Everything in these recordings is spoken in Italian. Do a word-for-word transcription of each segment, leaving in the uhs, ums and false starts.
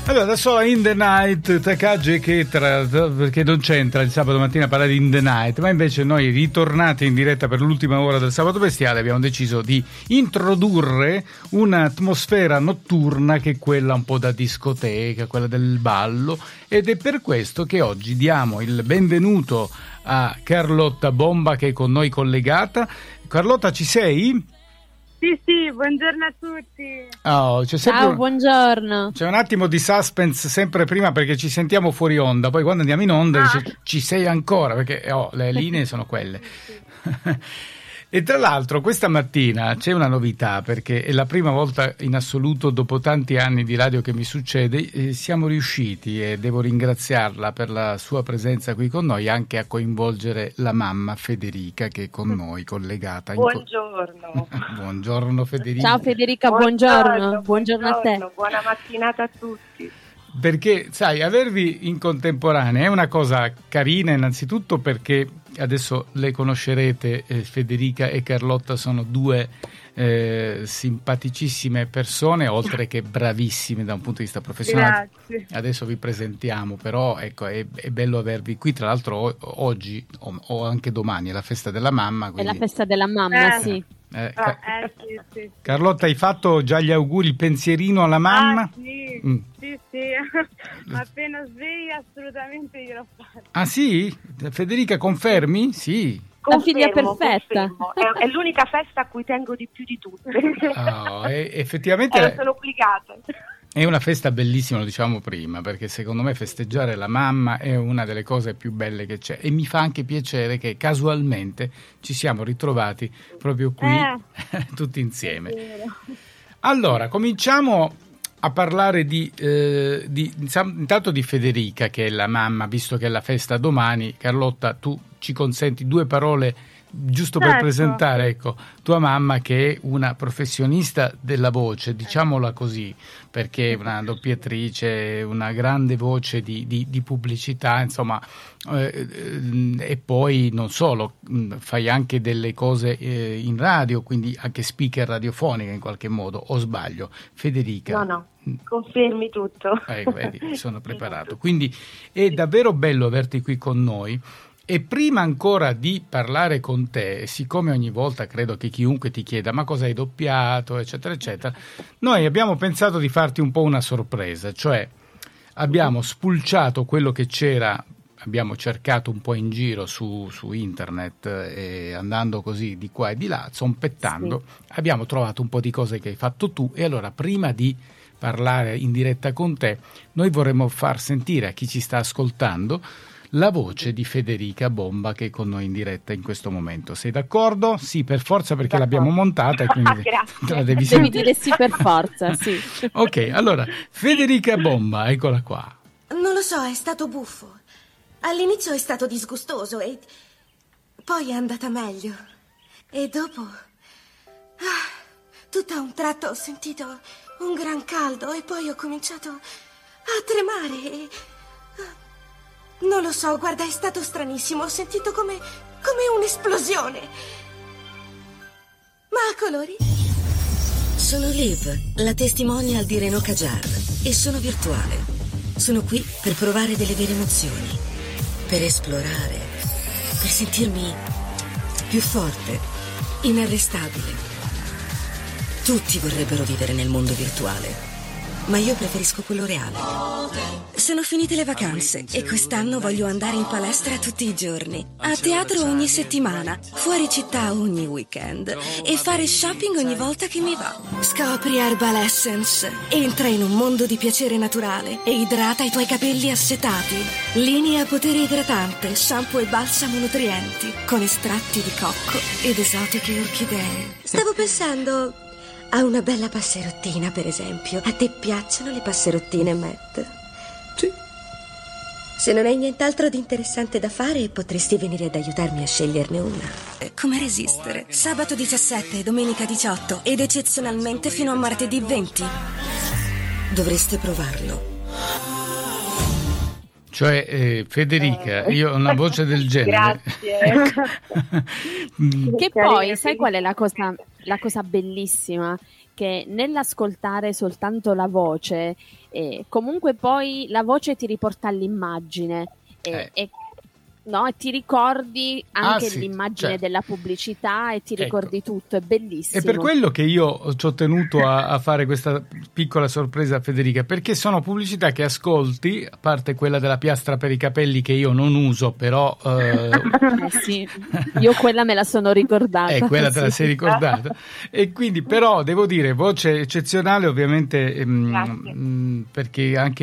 Allora, adesso In The Night, Takagi che tra, perché non c'entra il sabato mattina a parlare di In The Night, ma invece noi, ritornati in diretta per l'ultima ora del Sabato Bestiale, abbiamo deciso di introdurre un'atmosfera notturna che è quella un po' da discoteca, quella del ballo, ed è per questo che oggi diamo il benvenuto a Carlotta Bomba, che è con noi collegata. Carlotta, ci sei? Sì, sì, buongiorno a tutti. Oh, c'è sempre Ciao, un... buongiorno. C'è un attimo di suspense sempre prima perché ci sentiamo fuori onda, poi quando andiamo in onda Ah. dice, ci sei ancora, perché oh, le linee sono quelle. E tra l'altro questa mattina c'è una novità, perché è la prima volta in assoluto dopo tanti anni di radio che mi succede, eh, siamo riusciti, e devo ringraziarla per la sua presenza qui con noi, anche a coinvolgere la mamma Federica, che è con noi collegata. In Buongiorno. co- buongiorno Federica. Ciao Federica, buongiorno. Buongiorno a te. Buona mattinata a tutti. Perché, sai, avervi in contemporanea è una cosa carina, innanzitutto perché adesso le conoscerete, eh, Federica e Carlotta sono due eh, simpaticissime persone, oltre che bravissime da un punto di vista professionale. Grazie. Adesso vi presentiamo, però ecco, è, è bello avervi qui, tra l'altro o- oggi o, o anche domani è la festa della mamma. È Quindi, la festa della mamma, Eh. sì. eh, Ah, Ca- eh, sì, sì. Carlotta, hai fatto già gli auguri, il pensierino alla mamma? Ah, sì, Mm. sì, sì. Appena sveglia assolutamente glielo faccio. Ah sì? Federica, confermi? Sì. La figlia Confermo, perfetta. confermo. È, è l'unica festa a cui tengo di più di tutte. Oh, e- effettivamente Eh, sono obbligata. è una festa bellissima, lo dicevamo prima, perché secondo me festeggiare la mamma è una delle cose più belle che c'è, e mi fa anche piacere che casualmente ci siamo ritrovati proprio qui Eh. tutti insieme. Allora, cominciamo a parlare di, eh, di intanto di Federica, che è la mamma, visto che è la festa domani. Carlotta, tu ci consenti due parole giusto per Certo. presentare, ecco, tua mamma, che è una professionista della voce, diciamola così, perché è una doppiatrice, una grande voce di, di, di pubblicità, insomma, eh, eh, e poi non solo, mh, fai anche delle cose eh, in radio, quindi anche speaker radiofonica in qualche modo, o sbaglio? Federica? No, no, confermi tutto. Ecco, vedi, sono preparato. Quindi è davvero bello averti qui con noi. E prima ancora di parlare con te, siccome ogni volta credo che chiunque ti chieda ma cosa hai doppiato, eccetera, eccetera, noi abbiamo pensato di farti un po' una sorpresa, cioè abbiamo spulciato quello che c'era, abbiamo cercato un po' in giro su, su internet, e andando così di qua e di là, zompettando, abbiamo trovato un po' di cose che hai fatto tu, e allora prima di parlare in diretta con te, noi vorremmo far sentire a chi ci sta ascoltando la voce di Federica Bomba, che è con noi in diretta in questo momento. Sei d'accordo? Sì, per forza, perché D'accordo. l'abbiamo montata e quindi Grazie. te la devi Devi sentire. dire sì per forza, sì. Ok, allora, Federica Bomba, eccola qua. Non lo so, è stato buffo. All'inizio è stato disgustoso e poi è andata meglio. E dopo, ah, tutto a un tratto ho sentito un gran caldo e poi ho cominciato a tremare e... ah, non lo so, guarda, è stato stranissimo. Ho sentito come, come un'esplosione. Ma a colori? Sono Liv, la testimonial di Renaud Kajar, e sono virtuale. Sono qui per provare delle vere emozioni, per esplorare, per sentirmi più forte, inarrestabile. Tutti vorrebbero vivere nel mondo virtuale, ma io preferisco quello reale. Sono finite le vacanze e quest'anno voglio andare in palestra tutti i giorni, a teatro ogni settimana, fuori città ogni weekend e fare shopping ogni volta che mi va. Scopri Herbal Essence. Entra in un mondo di piacere naturale e idrata i tuoi capelli assetati. Linea potere idratante, shampoo e balsamo nutrienti, con estratti di cocco ed esotiche orchidee. Stavo pensando a una bella passerottina, per esempio. A te piacciono le passerottine, Matt? Sì. Se non hai nient'altro di interessante da fare, potresti venire ad aiutarmi a sceglierne una. Come resistere? Sabato diciassette, domenica diciotto ed eccezionalmente fino a martedì venti. Dovreste provarlo. Cioè, eh, Federica, io ho una voce del genere. Grazie. Mm, Che poi, sai qual è la cosa, la cosa bellissima? che nell'ascoltare soltanto la voce, eh, comunque poi la voce ti riporta all'immagine eh, Eh. e no, e ti ricordi anche Ah, sì, l'immagine certo. della pubblicità e ti Ecco. ricordi tutto, è bellissimo. È per quello che io ci ho tenuto a, a fare questa piccola sorpresa a Federica, perché sono pubblicità che ascolti, a parte quella della piastra per i capelli che io non uso, però eh, Eh sì, io quella me la sono ricordata. Eh, quella te la sì. sei ricordata. E quindi, però, devo dire, voce eccezionale, ovviamente, ehm, Grazie. mh, perché anche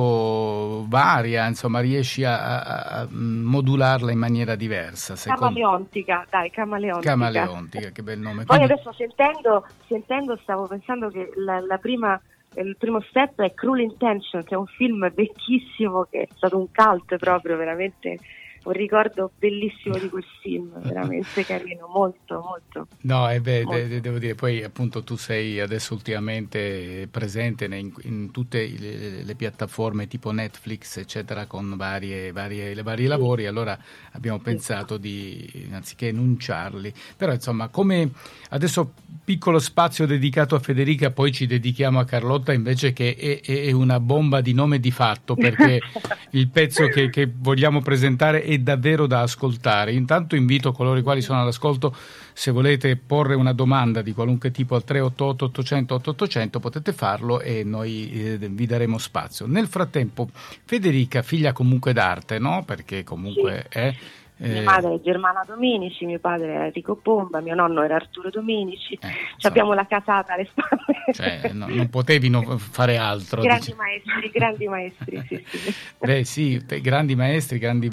molto varia, insomma, riesci a, a- a modularla in maniera diversa. Secondo... Camaleontica, dai, camaleontica. Camaleontica, che bel nome. Poi Quindi- adesso sentendo, sentendo stavo pensando che la, la prima, il primo step è Cruel Intention, che è un film vecchissimo, che è stato un cult proprio, veramente un ricordo bellissimo di quel film, veramente carino, molto, molto. No, e beh, Molto. de- devo dire, poi appunto tu sei adesso ultimamente presente in, in tutte le, le piattaforme tipo Netflix, eccetera, con varie, varie, le vari lavori, allora abbiamo pensato di, anziché enunciarli, però insomma, come adesso piccolo spazio dedicato a Federica, poi ci dedichiamo a Carlotta invece, che è, è una bomba di nome di fatto, perché il pezzo che, che vogliamo presentare è davvero da ascoltare. Intanto invito coloro i quali sono all'ascolto, se volete porre una domanda di qualunque tipo al tre otto otto ottocento ottocento potete farlo e noi eh, vi daremo spazio. Nel frattempo Federica, figlia comunque d'arte, no? Perché comunque Sì. è... Mia eh, madre è Germana Dominici, mio padre è Enrico Pomba, mio nonno era Arturo Dominici, Eh, ci insomma. abbiamo la casata alle spalle. cioè, no- non potevi no- fare altro. grandi dici- maestri, grandi maestri, sì, sì. Beh sì, te- grandi maestri, grandi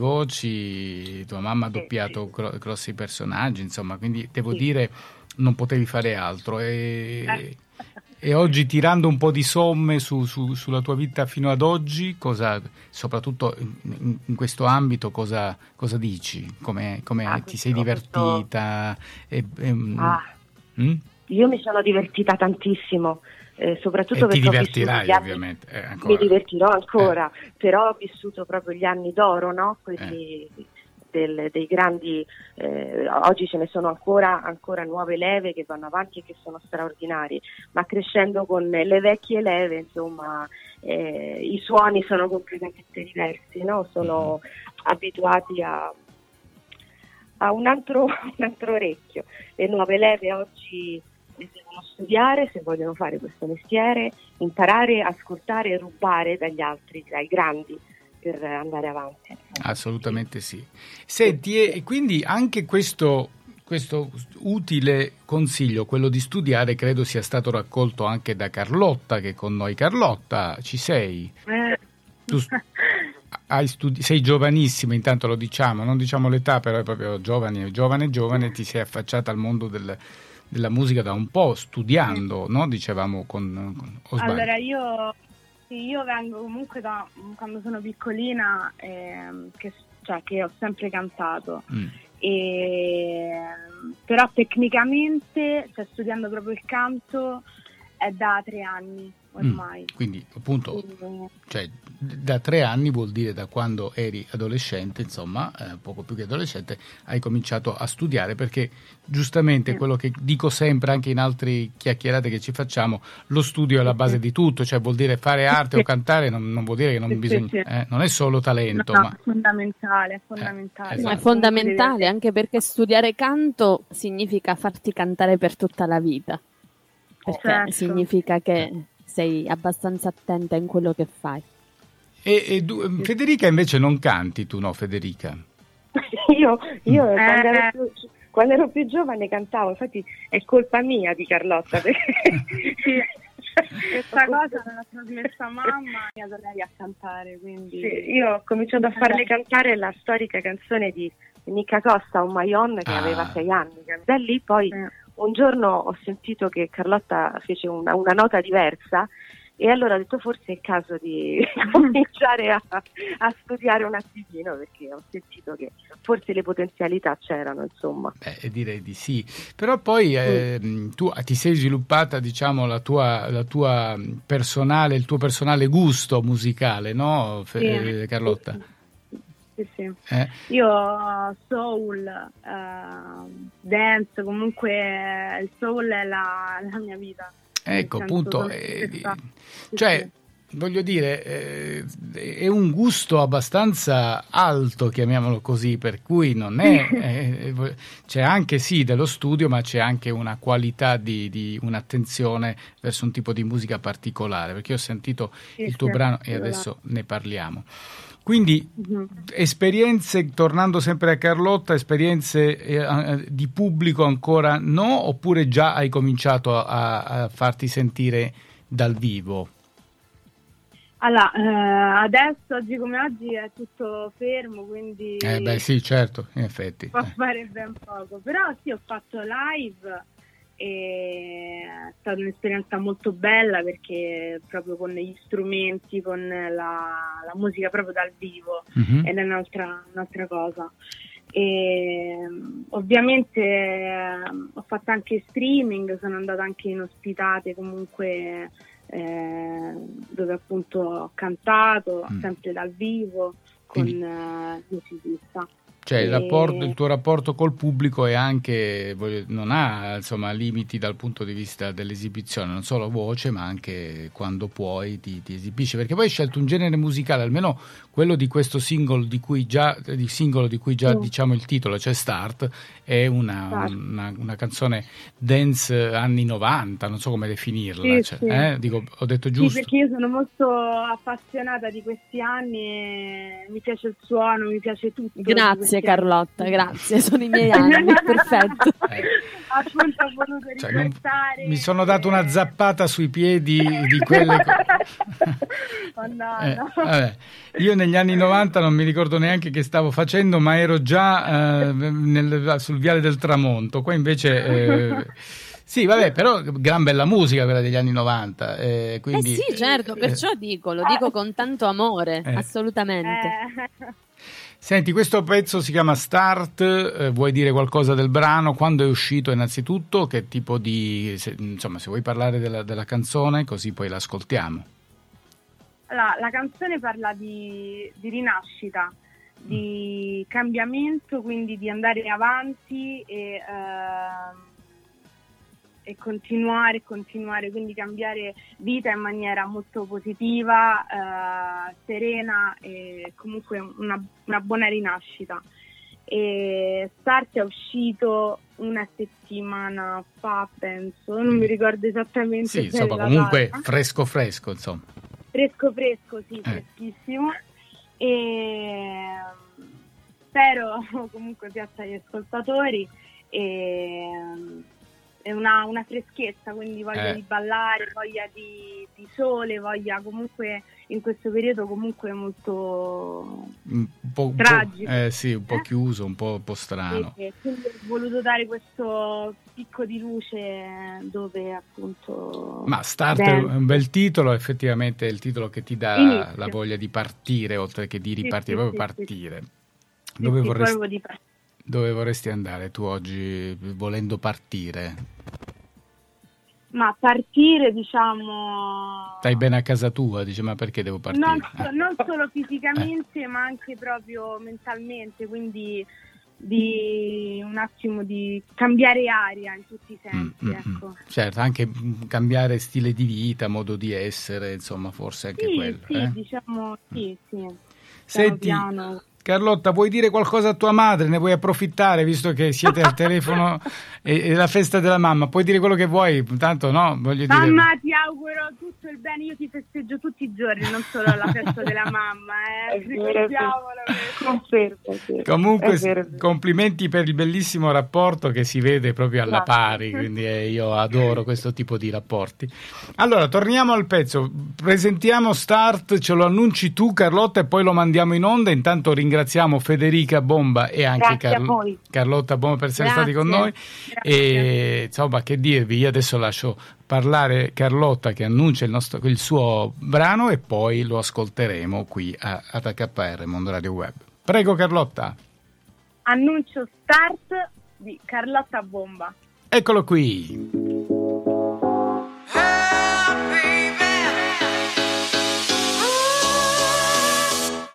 voci, tua mamma ha Sì, doppiato sì. gro- grossi personaggi, insomma, quindi devo Sì. dire non potevi fare altro. E, Eh. e oggi, tirando un po' di somme su- su- sulla tua vita fino ad oggi, cosa, soprattutto in, in questo ambito, cosa, cosa dici? Come, come Ah, ti sei questo- divertita? E, e- Ah, mm? io mi sono divertita tantissimo, eh, soprattutto E ti perché ho vissuto divertirai gli anni- ovviamente. eh, ancora. Mi divertirò ancora, però ho vissuto proprio gli anni d'oro, no? Quelli del- dei grandi, eh, oggi ce ne sono ancora, ancora nuove leve che vanno avanti e che sono straordinarie, ma crescendo con le vecchie leve, insomma, eh, i suoni sono completamente diversi, no? Sono abituati a, a un altro, un altro orecchio. Le nuove leve oggi devono studiare se vogliono fare questo mestiere, imparare, ascoltare e rubare dagli altri, dai grandi, per andare avanti. Assolutamente sì. Senti, e quindi anche questo, questo utile consiglio, quello di studiare, credo sia stato raccolto anche da Carlotta, che è con noi. Carlotta, ci sei? Eh. Tu hai studi- sei giovanissima, intanto lo diciamo, non diciamo l'età, però è proprio giovane, giovane, giovane, ti sei affacciata al mondo del, della musica da un po', studiando, no? Dicevamo con... con o sbaglio? Allora io, sì, io vengo comunque da quando sono piccolina, ehm, che, cioè, che ho sempre cantato, Mm. e, però tecnicamente, cioè, studiando proprio il canto, è da tre anni ormai. Mm. Quindi appunto, Quindi, cioè, da tre anni vuol dire da quando eri adolescente, insomma, eh, poco più che adolescente, hai cominciato a studiare, perché giustamente Sì. quello che dico sempre anche in altre chiacchierate che ci facciamo, lo studio è la base di tutto, cioè vuol dire fare arte o cantare, non, non vuol dire che non Sì, sì, bisogna, sì. eh, non è solo talento, no, ma è fondamentale, è fondamentale. Eh, No, è esatto. fondamentale, anche perché studiare canto significa farti cantare per tutta la vita, perché Certo. significa che sei abbastanza attenta in quello che fai. E, e du- Federica invece non canti tu, no Federica? Io, io Eh. quando, ero più, quando ero più giovane cantavo, infatti è colpa mia di Carlotta, perché Sì. Questa cosa me l'ha trasmessa mamma, mi adorerei a cantare, quindi... sì, io ho cominciato a farle cantare la storica canzone di Nicca Costa, Un Maion, che Ah. aveva sei anni. Da lì poi Sì. un giorno ho sentito che Carlotta fece una, una nota diversa, e allora ho detto forse è il caso di cominciare a, a studiare un attimino, perché ho sentito che forse le potenzialità c'erano, insomma. Beh, direi di sì, però poi eh, tu ti sei sviluppata, diciamo, la tua, la tua personale, il tuo personale gusto musicale, no, Fe- Sì. eh, Carlotta? Sì, sì. Eh? Io soul, eh, dance, comunque il soul è la, la mia vita. Ecco, appunto, eh, cioè, voglio dire, eh, è un gusto abbastanza alto, chiamiamolo così, per cui non è, eh, c'è anche sì dello studio, ma c'è anche una qualità di, di un'attenzione verso un tipo di musica particolare, perché io ho sentito sì, il tuo sì, brano e adesso ne parliamo. Quindi uh-huh. esperienze, tornando sempre a Carlotta, esperienze eh, di pubblico ancora no, oppure già hai cominciato a, a farti sentire dal vivo? Allora, eh, adesso, oggi come oggi, è tutto fermo, quindi... Eh beh sì, certo, in effetti. Può fare ben poco, però sì, ho fatto live e è stata un'esperienza molto bella perché proprio con gli strumenti, con la, la musica proprio dal vivo, uh-huh. ed è un'altra, un'altra cosa. E ovviamente eh, ho fatto anche streaming, sono andata anche in ospitate comunque eh, dove appunto ho cantato mm. sempre dal vivo con il eh, musicista. Cioè il, rapporto, il tuo rapporto col pubblico è anche, non ha insomma limiti dal punto di vista dell'esibizione, non solo voce ma anche quando puoi ti, ti esibisci, perché poi hai scelto un genere musicale, almeno quello di questo singolo di cui già, di singolo di cui già sì. diciamo il titolo, cioè Start, è una, una, una canzone dance anni novanta, non so come definirla, sì, cioè, sì. Eh? Dico, ho detto giusto? Sì, perché io sono molto appassionata di questi anni e mi piace il suono, mi piace tutto. Grazie Carlotta, grazie, sono i miei anni, perfetto. Eh. Appunto ho voluto cioè, non, mi sono dato una zappata sui piedi di quelle oh no, eh, no. Vabbè. Io negli anni novanta non mi ricordo neanche che stavo facendo, ma ero già eh, nel, sul Viale del Tramonto, qua invece eh, sì, vabbè, però gran bella musica quella degli anni novanta. Eh, quindi, eh sì, certo, perciò dico, lo dico con tanto amore, eh. assolutamente. Eh. Senti, questo pezzo si chiama Start, eh, vuoi dire qualcosa del brano? Quando è uscito innanzitutto? Che tipo di... Se, insomma, se vuoi parlare della, della canzone, così poi l'ascoltiamo. Allora, la canzone parla di, di rinascita, di cambiamento, quindi di andare avanti e... Uh, e continuare, continuare, quindi cambiare vita in maniera molto positiva, eh, serena e comunque una, una buona rinascita. E Start è uscito una settimana fa, penso, non mi ricordo esattamente. Sì, insomma, comunque data. fresco fresco, insomma. Fresco fresco, sì, eh. freschissimo. E spero comunque piaccia agli ascoltatori e... è una, una freschezza, quindi voglia eh. di ballare, voglia di, di sole, voglia comunque in questo periodo comunque molto un po', tragico. Un po', eh sì, un po' eh? chiuso, un po', un po' strano. Sì, sì. Quindi ho voluto dare questo picco di luce dove appunto... Ma Start è un bel titolo, effettivamente è il titolo che ti dà Inizio. la voglia di partire, oltre che di ripartire, sì, proprio sì, partire. Sì. Dove sì, vorresti... proprio di partire. Dove vorresti andare tu oggi volendo partire? Ma partire, diciamo... Stai bene a casa tua, dice, ma perché devo partire? Non, so, non solo fisicamente, eh. ma anche proprio mentalmente, quindi di un attimo di cambiare aria in tutti i sensi, mm, ecco. Mm, certo, anche cambiare stile di vita, modo di essere, insomma, forse anche sì, quello. Sì, eh? diciamo, sì, sì. Piano Senti... piano. Carlotta, vuoi dire qualcosa a tua madre? Ne vuoi approfittare, visto che siete al telefono e, e la festa della mamma? Puoi dire quello che vuoi, tanto no, voglio mamma, dire... Mamma, ti auguro tutto il bene, io ti festeggio tutti i giorni, non solo la festa della mamma, eh. Confermo. Comunque, complimenti per il bellissimo rapporto che si vede proprio alla pari, quindi eh, io adoro questo tipo di rapporti. Allora, torniamo al pezzo, presentiamo Start, ce lo annunci tu Carlotta e poi lo mandiamo in onda, intanto ringraziamo Ringraziamo Federica Bomba e anche Car- Carlotta Bomba per essere Grazie. stati con noi. Grazie. E insomma, che dirvi, io adesso lascio parlare Carlotta che annuncia il, nostro, il suo brano e poi lo ascolteremo qui a, ad H R Mondo Radio Web. Prego Carlotta. Annuncio Start di Carlotta Bomba. Eccolo qui.